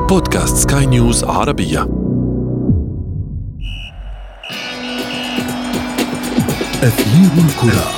بودكاست سكاي نيوز عربية. أثير الكرة.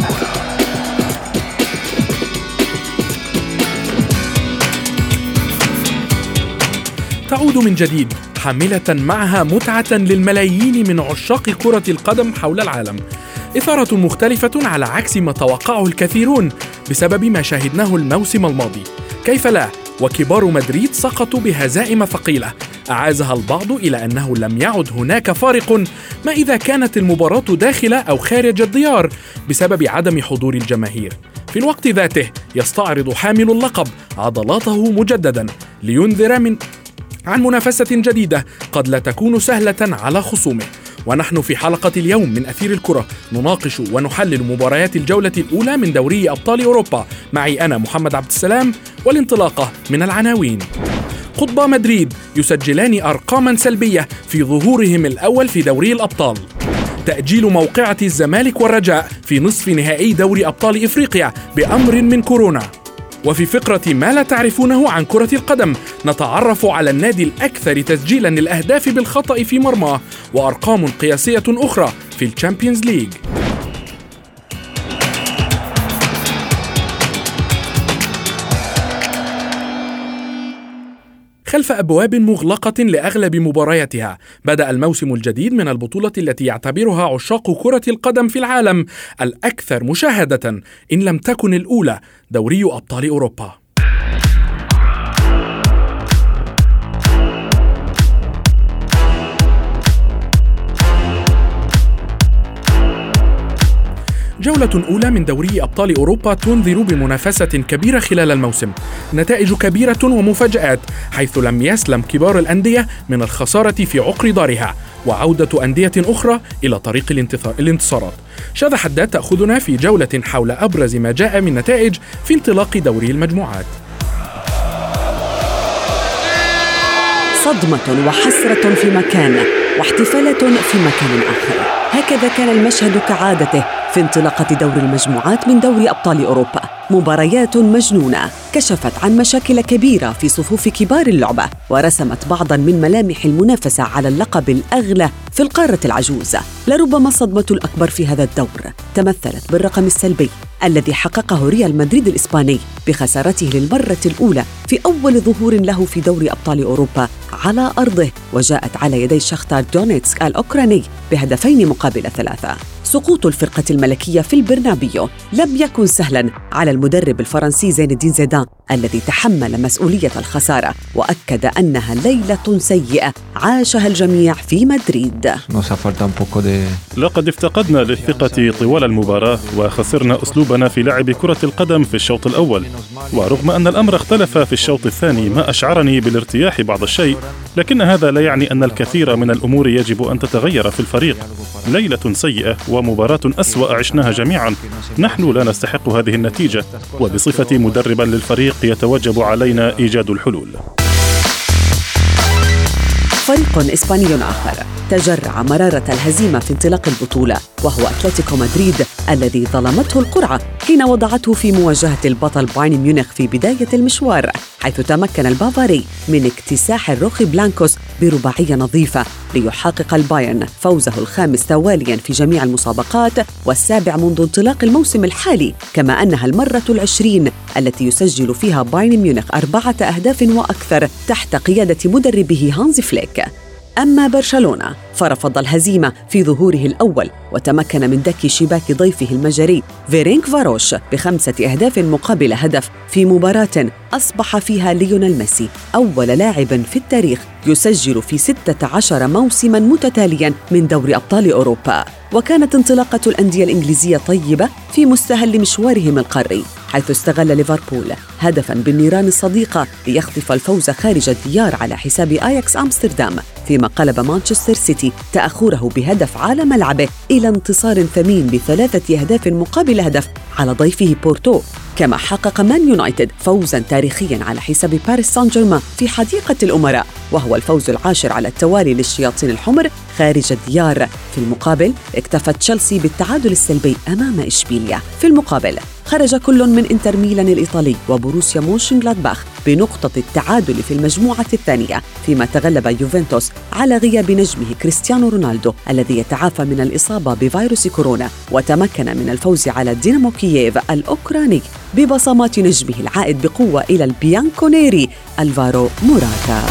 تعود من جديد حاملة معها متعة للملايين من عشاق كرة القدم حول العالم. إثارة مختلفة على عكس ما توقعه الكثيرون بسبب ما شاهدناه الموسم الماضي. كيف لا؟ وكبار مدريد سقطوا بهزائم ثقيلة أعازها البعض إلى أنه لم يعد هناك فارق ما إذا كانت المباراة داخل أو خارج الديار بسبب عدم حضور الجماهير. في الوقت ذاته يستعرض حامل اللقب عضلاته مجددا لينذر عن منافسة جديدة قد لا تكون سهلة على خصومه. ونحن في حلقة اليوم من أثير الكرة نناقش ونحلل مباريات الجولة الأولى من دوري أبطال أوروبا. معي أنا محمد عبد السلام، والانطلاقة من العناوين. قطبا مدريد يسجلان أرقاما سلبية في ظهورهم الأول في دوري الأبطال. تأجيل موقعة الزمالك والرجاء في نصف نهائي دوري أبطال إفريقيا بأمر من كورونا. وفي فقرة ما لا تعرفونه عن كرة القدم نتعرف على النادي الأكثر تسجيلا للأهداف بالخطأ في مرماه وأرقام قياسية أخرى في الشامبيونز ليج. خلف أبواب مغلقة لأغلب مبارياتها بدأ الموسم الجديد من البطولة التي يعتبرها عشاق كرة القدم في العالم الأكثر مشاهدة إن لم تكن الأولى، دوري أبطال أوروبا. جولة أولى من دوري أبطال أوروبا تنذر بمنافسة كبيرة خلال الموسم، نتائج كبيرة ومفاجآت، حيث لم يسلم كبار الأندية من الخسارة في عقر دارها وعودة أندية أخرى إلى طريق الانتصارات. شذى حداد تأخذنا في جولة حول أبرز ما جاء من نتائج في انطلاق دوري المجموعات. صدمة وحسرة في مكان واحتفالة في مكان آخر، هكذا كان المشهد كعادته في انطلاقة دور المجموعات من دوري أبطال أوروبا. مباريات مجنونة كشفت عن مشاكل كبيرة في صفوف كبار اللعبة ورسمت بعضاً من ملامح المنافسة على اللقب الأغلى في القارة العجوزة. لربما الصدمة الأكبر في هذا الدور تمثلت بالرقم السلبي الذي حققه ريال مدريد الإسباني بخسارته للمرة الأولى في أول ظهور له في دوري أبطال أوروبا على أرضه، وجاءت على يدي شختار دونيتسك الأوكراني ب2-3. سقوط الفرقة الملكية في البرنابيو لم يكن سهلاً على المدرب الفرنسي زين الدين زيدان الذي تحمل مسؤولية الخسارة وأكد أنها ليلة سيئة عاشها الجميع في مدريد. لقد افتقدنا للثقة طوال المباراة وخسرنا أسلوبنا في لعب كرة القدم في الشوط الأول، ورغم أن الأمر اختلف في الشوط الثاني ما أشعرني بالارتياح بعض الشيء، لكن هذا لا يعني أن الكثير من الأمور يجب أن تتغير في الفريق. ليلة سيئة ومباراة أسوأ عشناها جميعا. نحن لا نستحق هذه النتيجة، وبصفتي مدربا للفريق يتوجب علينا إيجاد الحلول. فريق إسباني آخر تجرع مرارة الهزيمة في انطلاق البطولة، وهو أتلتيكو مدريد الذي ظلمته القرعة حين وضعته في مواجهة البطل بايرن ميونخ في بداية المشوار، حيث تمكن البافاري من اكتساح الروخي بلانكوس برباعية نظيفة ليحقق البايرن فوزه الخامس توالياً في جميع المسابقات والسابع منذ انطلاق الموسم الحالي، كما أنها المرة 20 التي يسجل فيها بايرن ميونخ 4 أهداف وأكثر تحت قيادة مدربه هانز فليك. أما برشلونة فرفض الهزيمة في ظهوره الأول وتمكن من دك شباك ضيفه المجري فيرينك فاروش ب5 أهداف مقابل هدف في مباراة أصبح فيها ليونيل ميسي أول لاعب في التاريخ يسجل في 16 موسماً متتالياً من دوري أبطال أوروبا. وكانت انطلاقة الأندية الإنجليزية طيبة في مستهل مشوارهم القاري، حيث استغل ليفربول هدفاً بالنيران الصديقة ليخطف الفوز خارج الديار على حساب آياكس أمستردام، فيما قلب مانشستر سيتي تأخره بهدف على ملعبه إلى انتصار ثمين ب3 أهداف مقابل هدف على ضيفه بورتو. كما حقق مان يونايتد فوزاً تاريخياً على حساب باريس سان جيرمان في حديقة الأمراء، وهو الفوز العاشر على التوالي للشياطين الحمر خارج الديار. في المقابل اكتفت تشيلسي بالتعادل السلبي أمام إشبيليا. في المقابل خرج كل من إنتر ميلان الإيطالي وبروسيا مونشنغلادباخ بنقطة التعادل في المجموعة الثانية، فيما تغلب يوفنتوس على غياب نجمه كريستيانو رونالدو الذي يتعافى من الإصابة بفيروس كورونا، وتمكن من الفوز على دينامو كييف الأوكراني ببصمات نجمه العائد بقوة إلى البيانكونيري ألفارو موراتا.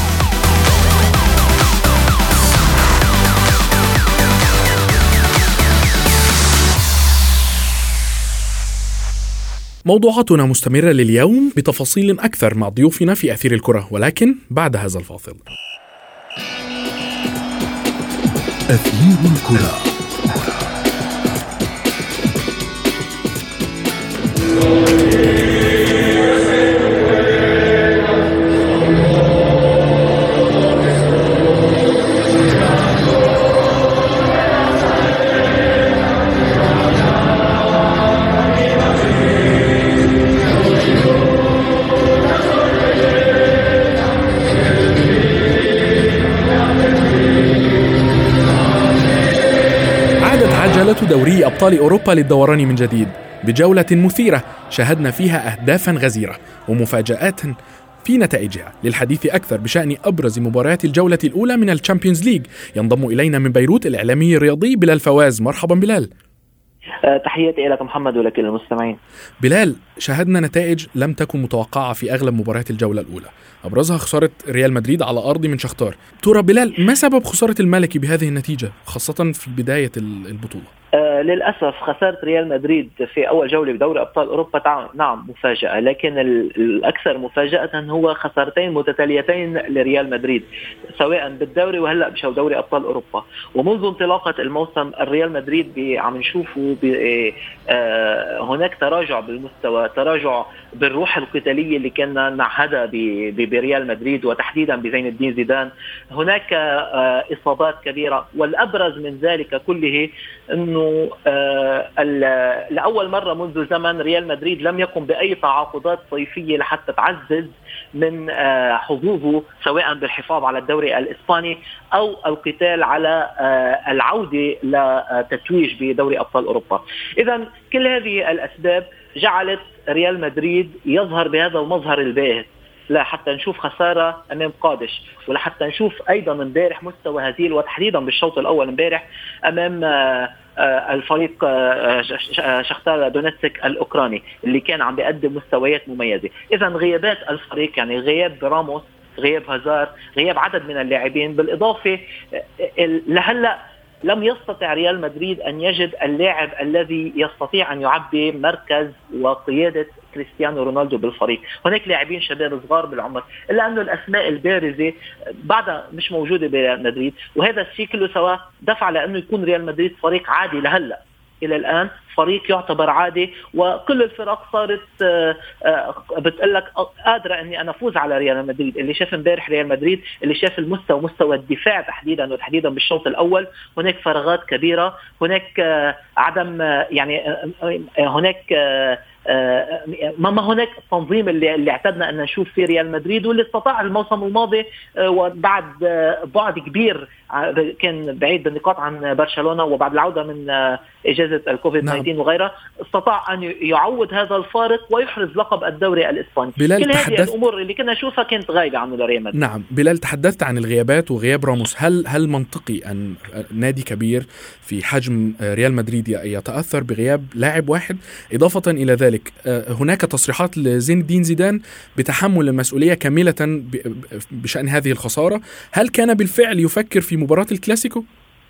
موضوعاتنا مستمرة لليوم بتفاصيل أكثر مع ضيوفنا في أثير الكرة، ولكن بعد هذا الفاصل. أثير الكرة. دوري أبطال أوروبا للدوران من جديد بجولة مثيرة شاهدنا فيها أهدافا غزيرة ومفاجآت في نتائجها. للحديث أكثر بشأن أبرز مباريات الجولة الأولى من الشامبيونز ليج ينضم إلينا من بيروت الإعلامي الرياضي بلال فواز. مرحبا بلال. تحياتي لك محمد ولكل المستمعين. بلال، شاهدنا نتائج لم تكن متوقعة في أغلب مباريات الجولة الأولى، أبرزها خسارة ريال مدريد على أرض من شختار. ترى بلال، ما سبب خسارة الملكي بهذه النتيجة خاصة في بداية البطولة؟ للأسف خسارة ريال مدريد في أول جولة بدوري أبطال أوروبا نعم مفاجأة، لكن الأكثر مفاجأة هو خسارتين متتاليتين لريال مدريد سواء بالدوري وهلأ بشو دوري أبطال أوروبا. ومنذ انطلاقة الموسم الريال مدريد عم نشوفه هناك تراجع بالمستوى، تراجع بالروح القتالية اللي كنا نعهدها بريال مدريد وتحديدا بزين الدين زيدان. هناك إصابات كبيرة، والأبرز من ذلك كله أنه لأول مرة منذ زمن ريال مدريد لم يقم بأي تعاقدات صيفية لحتى تعزز من حظوظه سواء بالحفاظ على الدوري الإسباني أو القتال على العودة لتتويج بدوري أبطال أوروبا. إذن كل هذه الأسباب جعلت ريال مدريد يظهر بهذا المظهر الباهت، لا حتى نشوف خسارة أمام قادش، ولا حتى نشوف أيضا امبارح مستوى هزيل، وتحديدا بالشوط الأول امبارح أمام الفريق شختار دونيتسك الأوكراني اللي كان عم بيقدم مستويات مميزة. إذن غيابات الفريق، يعني غياب راموس، غياب هازار، غياب عدد من اللاعبين، بالإضافة لهلأ لم يستطع ريال مدريد أن يجد اللاعب الذي يستطيع أن يعبي مركز وقيادة كريستيانو رونالدو بالفريق. هناك لاعبين شباب صغار بالعمر، إلا أنه الأسماء البارزة بعدها مش موجودة بريال مدريد، وهذا الشيء كله سوا دفع لأنه يكون ريال مدريد فريق عادي لهلأ. إلى الآن فريق يعتبر عادي، وكل الفرق صارت بتقلك قادرة أني أنا أفوز على ريال مدريد. اللي شاف امبارح ريال مدريد، اللي شاف المستوى، مستوى الدفاع تحديدا وتحديدا بالشوط الأول، هناك فراغات كبيرة، هناك عدم يعني هناك ما هناك التنظيم اللي اعتدنا أن نشوف في ريال مدريد، واللي استطاع الموسم الماضي وبعد بعد كبير كان بعيد بالنقاط عن برشلونة وبعد العودة من إجازة الكوفيد 19 وغيرها، استطاع أن يعوض هذا الفارق ويحرز لقب الدوري الإسباني. كل هذه الأمور اللي كنا نشوفها كانت غايبة عن ريال مدريد. نعم بلال، تحدثت عن الغيابات وغياب راموس. هل منطقي أن نادي كبير في حجم ريال مدريد يتأثر بغياب لاعب واحد؟ إضافة إلى ذلك هناك تصريحات لزين الدين زيدان بتحمل المسؤولية كاملة بشأن هذه الخسارة. هل كان بالفعل يفكر في مباراة الكلاسيكو؟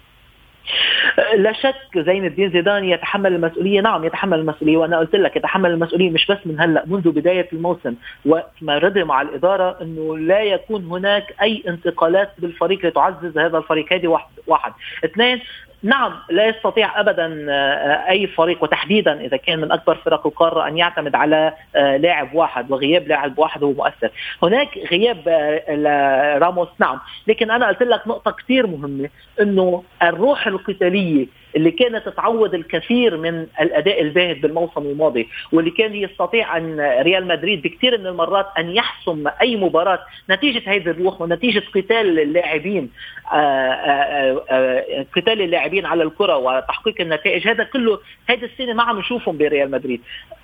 لا شك زين الدين زيدان يتحمل المسؤولية، نعم يتحمل المسؤولية، وأنا قلت لك يتحمل المسؤولية مش بس من هلأ، منذ بداية الموسم وما رضي مع الإدارة أنه لا يكون هناك أي انتقالات بالفريق لتعزز هذا الفريق. هذه واحد. اثنين، نعم لا يستطيع أبدا أي فريق وتحديدا إذا كان من أكبر فرق القارة أن يعتمد على لاعب واحد، وغياب لاعب واحد هو مؤثر. هناك غياب راموس نعم، لكن أنا قلت لك نقطة كتير مهمة، أنه الروح القتالية اللي كانت تعوض الكثير من الأداء الباهت بالموسم الماضي، واللي كان يستطيع أن ريال مدريد بكثير من المرات أن يحسم أي مباراة نتيجة هذه الروح ونتيجة قتال اللاعبين على الكرة وتحقيق النتائج. هذا كله هذه السنة ما عم نشوفهم بريال مدريد.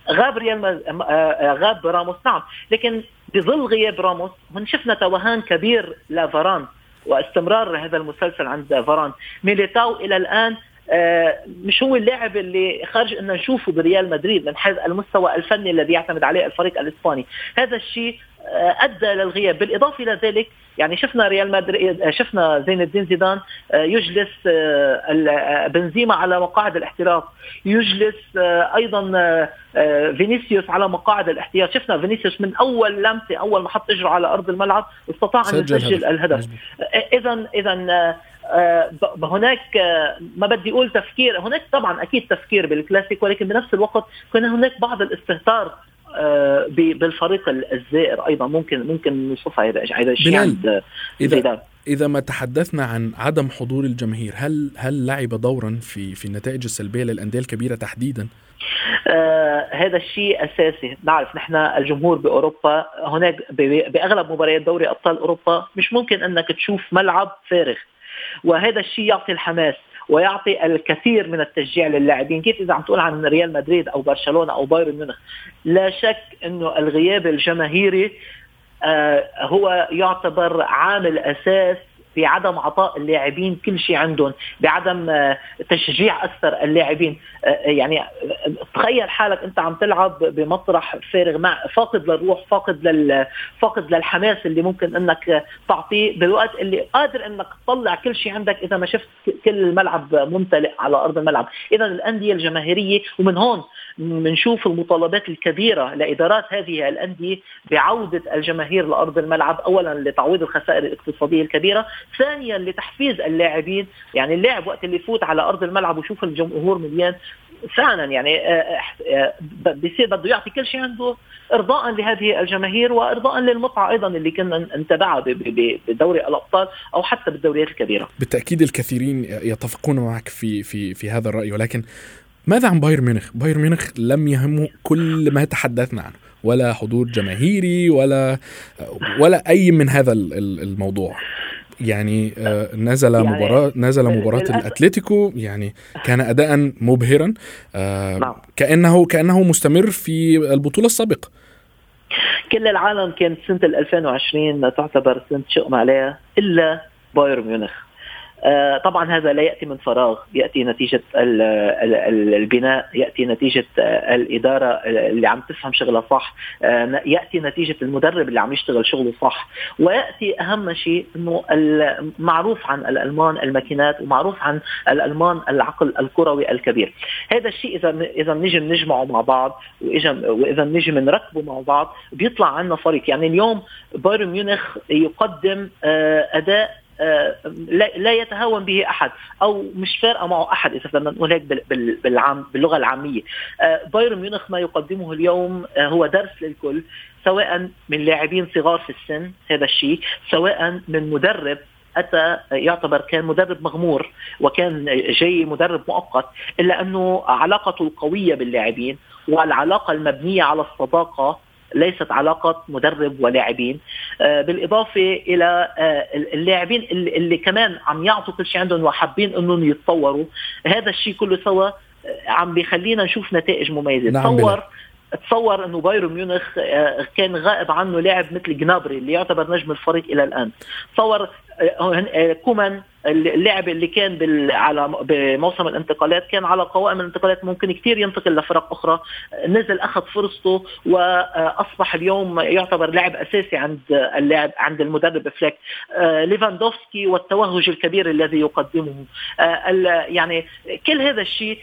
غاب راموس، نعم، لكن بظل غياب راموس شفنا توهان كبير لفاران واستمرار هذا المسلسل عند فاران. ميليتاو إلى الآن مش هو اللاعب اللي خارج أن نشوفه بريال مدريد من حيث المستوى الفني الذي يعتمد عليه الفريق الإسباني. هذا الشيء أدى للغياب. بالإضافة إلى ذلك يعني شفنا ريال مدريد، شفنا زين الدين زيدان يجلس بنزيما على مقاعد الاحتراف، يجلس أيضا فينيسيوس على مقاعد الاحتياط. شفنا فينيسيوس من أول لمسة، أول ما حط إجره على أرض الملعب استطاع أن يسجل الهدف. إذن هناك ما بدي أقول تفكير، هناك طبعا أكيد تفكير بالكلاسيكو، ولكن بنفس الوقت كان هناك بعض الاستهتار بالفريق الزائر أيضا. ممكن نوصفها هذا الشيء عند زيدان. إذا ما تحدثنا عن عدم حضور الجماهير، هل لعب دورا في النتائج السلبية للأندية الكبيرة تحديدا؟ هذا الشيء أساسي. نعرف نحن الجمهور بأوروبا هناك بأغلب مباريات دوري أبطال أوروبا مش ممكن أنك تشوف ملعب فارغ، وهذا الشيء يعطي الحماس ويعطي الكثير من التشجيع للاعبين. كيف إذا عم تقول عن ريال مدريد أو برشلونة أو بايرن ميونخ، لا شك أنه الغياب الجماهيري هو يعتبر عامل أساس في عدم عطاء اللاعبين كل شيء عندهم، بعدم تشجيع أكثر اللاعبين. يعني تخيل حالك أنت عم تلعب بمطرح فارغ، مع فاقد للروح، فاقد للحماس اللي ممكن أنك تعطيه بالوقت اللي قادر أنك تطلع كل شيء عندك إذا ما شفت كل الملعب ممتلئ على أرض الملعب. إذا الأندية الجماهيرية، ومن هون منشوف المطالبات الكبيرة لإدارات هذه الأندية بعودة الجماهير لأرض الملعب، أولا لتعويض الخسائر الاقتصادية الكبيرة، ثانيا لتحفيز اللاعبين. يعني اللاعب وقت اللي يفوت على أرض الملعب ويشوف الجمهور مليان فعلا يعني بيصير بده يعطي كل شيء عنده إرضاء لهذه الجماهير وإرضاء للمتعة أيضا اللي كنا نتابعها بدوري الأبطال أو حتى بالدوريات الكبيرة. بالتأكيد الكثيرين يتفقون معك في هذا الرأي، ولكن ماذا عن بايرن ميونخ؟ بايرن ميونخ لم يهمه كل ما تحدثنا عنه، ولا حضور جماهيري ولا أي من هذا الموضوع. يعني نزل مباراة الأتليتيكو، يعني كان أداء مبهرا، كأنه مستمر في البطولة السابقة. كل العالم كانت سنة 2020 تعتبر سنة شؤم عليها إلا بايرن ميونخ. طبعا هذا لا يأتي من فراغ، يأتي نتيجة البناء، يأتي نتيجة الإدارة اللي عم تفهم شغلها صح، يأتي نتيجة المدرب اللي عم يشتغل شغله صح، ويأتي أهم شيء أنه معروف عن الألمان الماكينات، ومعروف عن الألمان العقل الكروي الكبير. هذا الشيء إذا نجي نجمعه مع بعض، وإذا نجي نركبه مع بعض، بيطلع عنا فريق. يعني اليوم بايرن ميونخ يقدم أداء لا يتهاون به أحد، أو مش فارقة معه أحد إذا بدنا نقول هيك باللغة العامية. بايرن ميونخ ما يقدمه اليوم هو درس للكل، سواء من لاعبين صغار في السن هذا الشيء، سواء من مدرب أتى يعتبر كان مدرب مغمور وكان جاي مدرب مؤقت، إلا أنه علاقته القوية باللاعبين والعلاقة المبنية على الصداقة ليست علاقة مدرب ولاعبين، بالإضافة إلى اللاعبين اللي كمان عم يعطوا كل شيء عندهم وحابين أنهم يتطوروا. هذا الشيء كله سوا عم بيخلينا نشوف نتائج مميزة. نعم، تصور أنه بايرن ميونخ كان غائب عنه لاعب مثل جنابري اللي يعتبر نجم الفريق إلى الآن. تصور كومان اللاعب اللي كان بموسم الانتقالات كان على قوائم الانتقالات، ممكن كتير ينتقل لفرق أخرى، نزل أخذ فرصته وأصبح اليوم يعتبر لاعب أساسي عند المدرب فليك. ليفاندوفسكي والتوهج الكبير الذي يقدمه، يعني كل هذا الشيء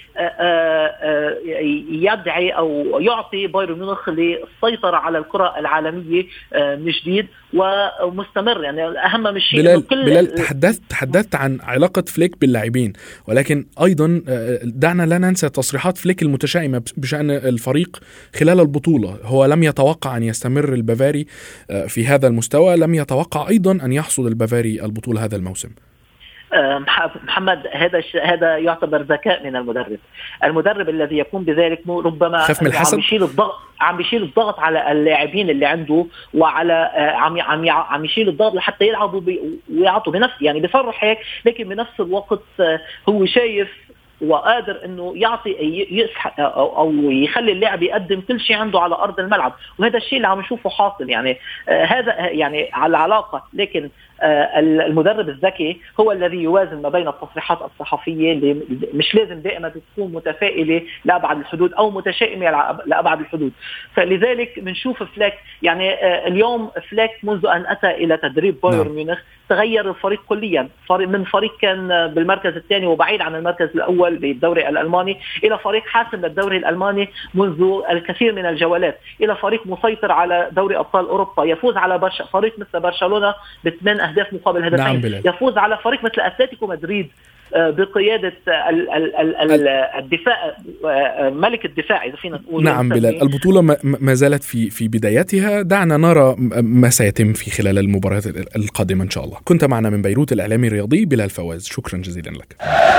يدعي أو يعطي بايرن ميونخ للسيطرة على الكرة العالمية من جديد ومستمر. يعني أهم من شيء بلال تحدثت عن علاقة فليك باللاعبين، ولكن أيضا دعنا لا ننسى تصريحات فليك المتشائمة بشأن الفريق خلال البطولة. هو لم يتوقع أن يستمر البافاري في هذا المستوى، لم يتوقع أيضا أن يحصد البافاري البطولة هذا الموسم. محمد، هذا يعتبر ذكاء من المدرب الذي يقوم بذلك ربما عم بيشيل الضغط على اللاعبين اللي عنده، وعلى عم يشيل الضغط لحتى يلعبوا ويعطوا بنفس، يعني بصرح هيك، لكن بنفس الوقت هو شايف وقادر انه يعطي او يخلي اللاعب يقدم كل شيء عنده على ارض الملعب، وهذا الشيء اللي عم نشوفه حاصل. يعني هذا يعني على العلاقه، لكن المدرب الذكي هو الذي يوازن ما بين التصريحات الصحفيه اللي مش لازم دائما تكون متفائله لابعد الحدود او متشائمه لابعد الحدود. فلذلك بنشوف فليك، يعني اليوم فليك منذ ان اتى الى تدريب بايرن ميونخ تغير الفريق كليا، من فريق كان بالمركز الثاني وبعيد عن المركز الاول بالدوري الالماني الى فريق حاسم للدوري الالماني منذ الكثير من الجولات، الى فريق مسيطر على دوري ابطال اوروبا، يفوز على فريق مثل برشلونه ب8 أهداف مقابل هدفين، يفوز على فريق مثل أتلتيكو مدريد بقيادة الدفاع، ملك الدفاع إذا فينا نقول. نعم بلال، البطولة ما زالت في بدايتها، دعنا نرى ما سيتم في خلال المباريات القادمة إن شاء الله. كنت معنا من بيروت الإعلامي الرياضي بلال فواز، شكرا جزيلا لك.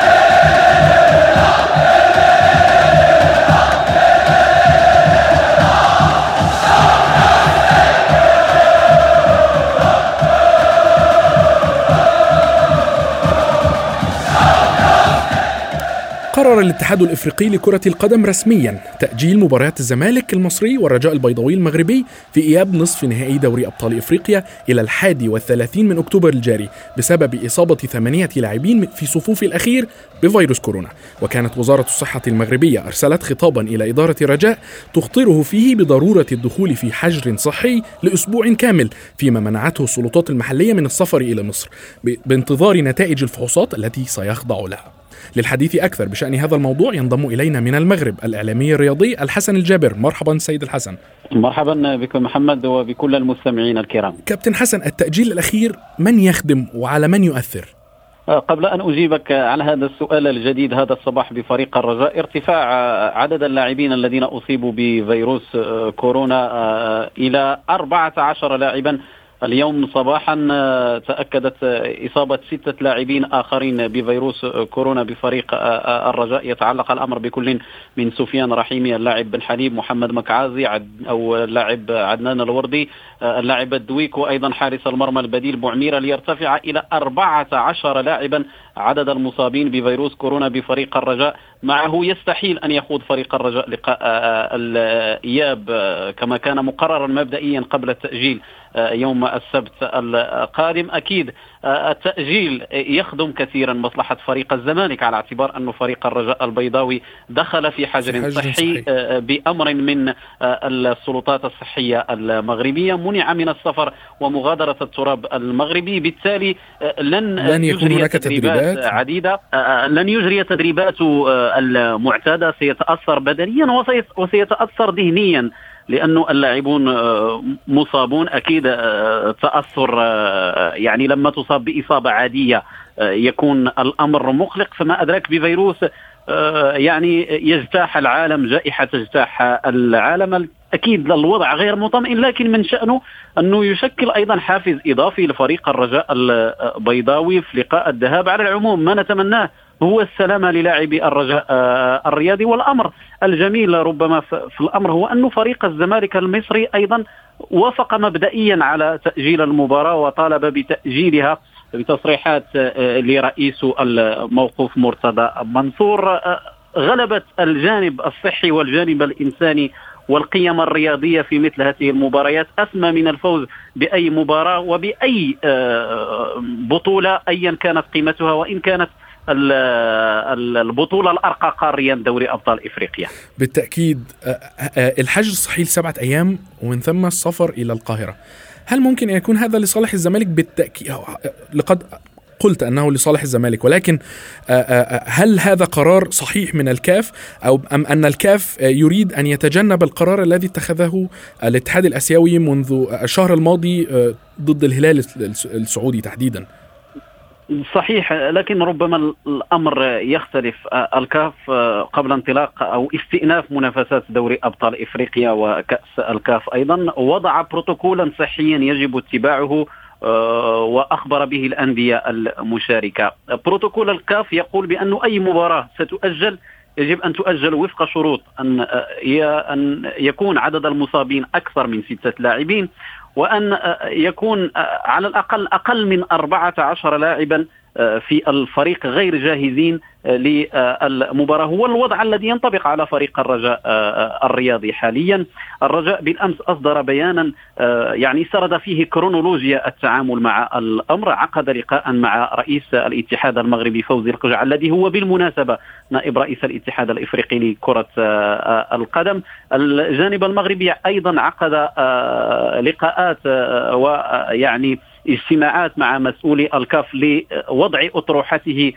قرر الاتحاد الإفريقي لكرة القدم رسميا تأجيل مباريات الزمالك المصري والرجاء البيضاوي المغربي في إياب نصف نهائي دوري أبطال إفريقيا إلى 31 من أكتوبر الجاري بسبب إصابة 8 لاعبين في صفوف الأخير بفيروس كورونا. وكانت وزارة الصحة المغربية أرسلت خطابا إلى إدارة رجاء تخطره فيه بضرورة الدخول في حجر صحي لأسبوع كامل، فيما منعته السلطات المحلية من السفر إلى مصر بانتظار نتائج الفحوصات التي سيخضع لها. للحديث أكثر بشأن هذا الموضوع ينضم إلينا من المغرب الإعلامي الرياضي الحسن الجابر. مرحبا سيد الحسن. مرحبا بكم محمد وبكل المستمعين الكرام. كابتن حسن، التأجيل الأخير من يخدم وعلى من يؤثر؟ قبل أن أجيبك على هذا السؤال الجديد هذا الصباح بفريق الرجاء، ارتفاع عدد اللاعبين الذين أصيبوا بفيروس كورونا إلى 14 لاعبا. اليوم صباحا تأكدت إصابة 6 لاعبين آخرين بفيروس كورونا بفريق الرجاء. يتعلق الأمر بكل من سفيان رحيمي اللاعب بن حليب، محمد مكعازي أو اللاعب عدنان الوردي، اللاعب الدويك، وأيضا حارس المرمى البديل بوعميرة، ليرتفع إلى 14 لاعبا عدد المصابين بفيروس كورونا بفريق الرجاء. معه يستحيل أن يخوض فريق الرجاء لقاء الإياب كما كان مقررا مبدئيا قبل التأجيل يوم السبت القادم. أكيد التأجيل يخدم كثيرا مصلحة فريق الزمالك، على اعتبار أن فريق الرجاء البيضاوي دخل في حجر صحي بأمر من السلطات الصحية المغربية، منع من السفر ومغادرة التراب المغربي، بالتالي لن يكون هناك تدريبات عديدة، لن يجري تدريبات المعتادة، سيتأثر بدنيا وسيتأثر ذهنيا، لأنه اللاعبون مصابون. أكيد تأثر، يعني لما تصاب بإصابة عادية يكون الأمر مقلق، فما أدرك بفيروس يعني يجتاح العالم، جائحة تجتاح العالم. أكيد الوضع غير مطمئن، لكن من شأنه أنه يشكل أيضا حافز إضافي لفريق الرجاء البيضاوي في لقاء الذهاب. على العموم ما نتمناه هو السلامة للاعبي الرجاء الرياضي. والأمر الجميل ربما في الأمر هو أن فريق الزمالك المصري أيضا وافق مبدئيا على تأجيل المباراة وطالب بتأجيلها بتصريحات لرئيس الموقوف مرتضى منصور. غلبت الجانب الصحي والجانب الإنساني والقيم الرياضية في مثل هذه المباريات أسمى من الفوز بأي مباراة وبأي بطولة أيا كانت قيمتها، وإن كانت البطولة الأرقى قاريا دوري أبطال إفريقيا. بالتأكيد الحجر الصحي 7 أيام ومن ثم السفر إلى القاهرة. هل ممكن أن يكون هذا لصالح الزمالك؟ بالتأكيد لقد قلت أنه لصالح الزمالك، ولكن هل هذا قرار صحيح من الكاف أو أم أن الكاف يريد أن يتجنب القرار الذي اتخذه الاتحاد الآسيوي منذ الشهر الماضي ضد الهلال السعودي تحديدا؟ صحيح، لكن ربما الأمر يختلف. الكاف قبل انطلاق أو استئناف منافسات دوري أبطال إفريقيا وكأس الكاف أيضا وضع بروتوكولا صحيا يجب اتباعه وأخبر به الأندية المشاركة. بروتوكول الكاف يقول بأن أي مباراة ستؤجل يجب أن تؤجل وفق شروط أن يكون عدد المصابين أكثر من 6 لاعبين، وأن يكون على الأقل أقل من 14 لاعبا في الفريق غير جاهزين للمباراة. هو الوضع الذي ينطبق على فريق الرجاء الرياضي حاليا. الرجاء بالأمس أصدر بيانا يعني سرد فيه كرونولوجيا التعامل مع الأمر. عقد لقاء مع رئيس الاتحاد المغربي فوزي القجع الذي هو بالمناسبة نائب رئيس الاتحاد الإفريقي لكرة القدم. الجانب المغربي أيضا عقد لقاءات ويعني اجتماعات مع مسؤولي الكاف لوضع أطروحته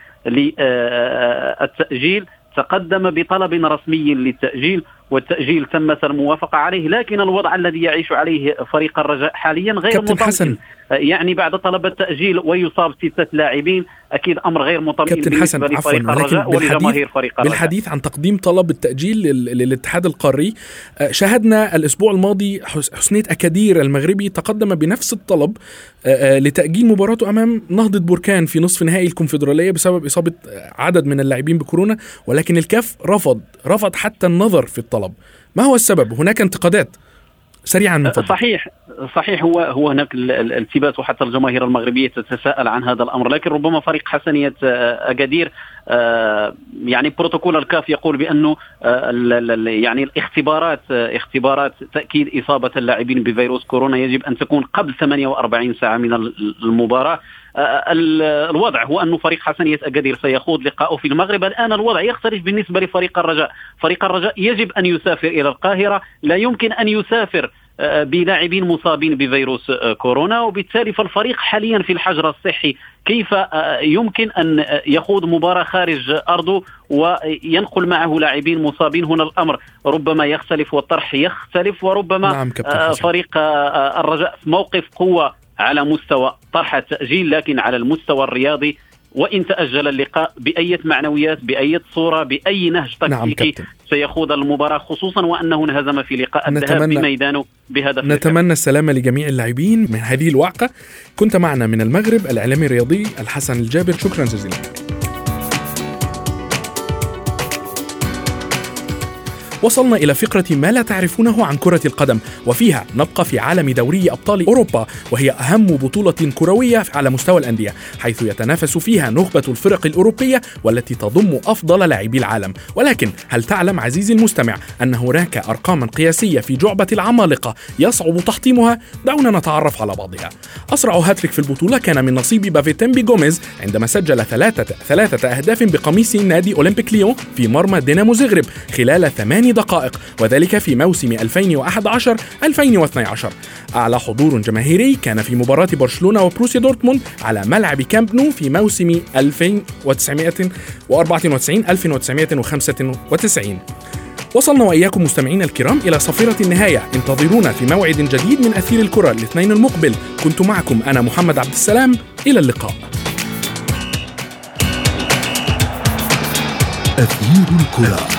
للتأجيل. تقدم بطلب رسمي للتأجيل والتأجيل تمت الموافقة عليه، لكن الوضع الذي يعيش عليه فريق الرجاء حاليا غير مطمئن. يعني بعد طلب التأجيل ويصاب 6 لاعبين أكيد أمر غير مطمئن بالنسبة لفريق الرجاء ولجماهير فريق الرجاء. بالحديث عن تقديم طلب التأجيل للاتحاد القاري، شاهدنا الأسبوع الماضي حسنيت أكادير المغربي تقدم بنفس الطلب لتأجيل مباراته أمام نهضة بركان في نصف نهائي الكونفدرالية بسبب إصابة عدد من اللاعبين بكورونا، ولكن الكاف رفض حتى النظر في الطلب. ما هو السبب؟ هناك انتقادات. سريعا من فضلك. صحيح هو هناك الالتباس، وحتى الجماهير المغربية تتساءل عن هذا الأمر، لكن ربما فريق حسنية أكادير يعني بروتوكول الكاف يقول بأنه يعني اختبارات تأكيد إصابة اللاعبين بفيروس كورونا يجب أن تكون قبل 48 ساعة من المباراة. الوضع هو أن فريق حسنية أكادير سيخوض لقاءه في المغرب. الآن الوضع يختلف بالنسبة لفريق الرجاء. فريق الرجاء يجب أن يسافر إلى القاهرة، لا يمكن أن يسافر بلاعبين مصابين بفيروس كورونا، وبالتالي فالفريق حاليا في الحجر الصحي. كيف يمكن أن يخوض مباراة خارج أرضه وينقل معه لاعبين مصابين؟ هنا الأمر ربما يختلف والطرح يختلف، وربما فريق الرجاء موقف قوة على مستوى طرح التأجيل، لكن على المستوى الرياضي وإن تأجل اللقاء بأي معنويات بأي صورة بأي نهج تكتيكي سيخوض المباراة، خصوصا وأنه انهزم في لقاء الذهاب بميدانه بهدف. نتمنى السلامة لجميع اللاعبين من هذه الوعكة. كنت معنا من المغرب الإعلامي الرياضي الحسن الجابر، شكرا جزيلا. وصلنا إلى فقرة ما لا تعرفونه عن كرة القدم، وفيها نبقى في عالم دوري أبطال أوروبا، وهي أهم بطولة كروية على مستوى الأندية، حيث يتنافس فيها نخبة الفرق الأوروبية والتي تضم أفضل لاعبي العالم. ولكن هل تعلم عزيزي المستمع أن هناك أرقاما قياسية في جعبة العمالقة يصعب تحطيمها؟ دعونا نتعرف على بعضها. أسرع هاتريك في البطولة كان من نصيب بافيتيمبي غوميز عندما سجل ثلاثة أهداف بقميص نادي أولمبيك ليون في مرمى دينامو زغرب خلال 8 دقائق، وذلك في موسم 2011-2012. أعلى حضور جماهيري كان في مباراة برشلونة وبروسيا دورتموند على ملعب كامب نو في موسم 1994-1995. وصلنا وإياكم مستمعين الكرام إلى صفيرة النهاية. انتظرونا في موعد جديد من أثير الكرة الاثنين المقبل. كنت معكم أنا محمد عبد السلام، إلى اللقاء. أثير الكرة.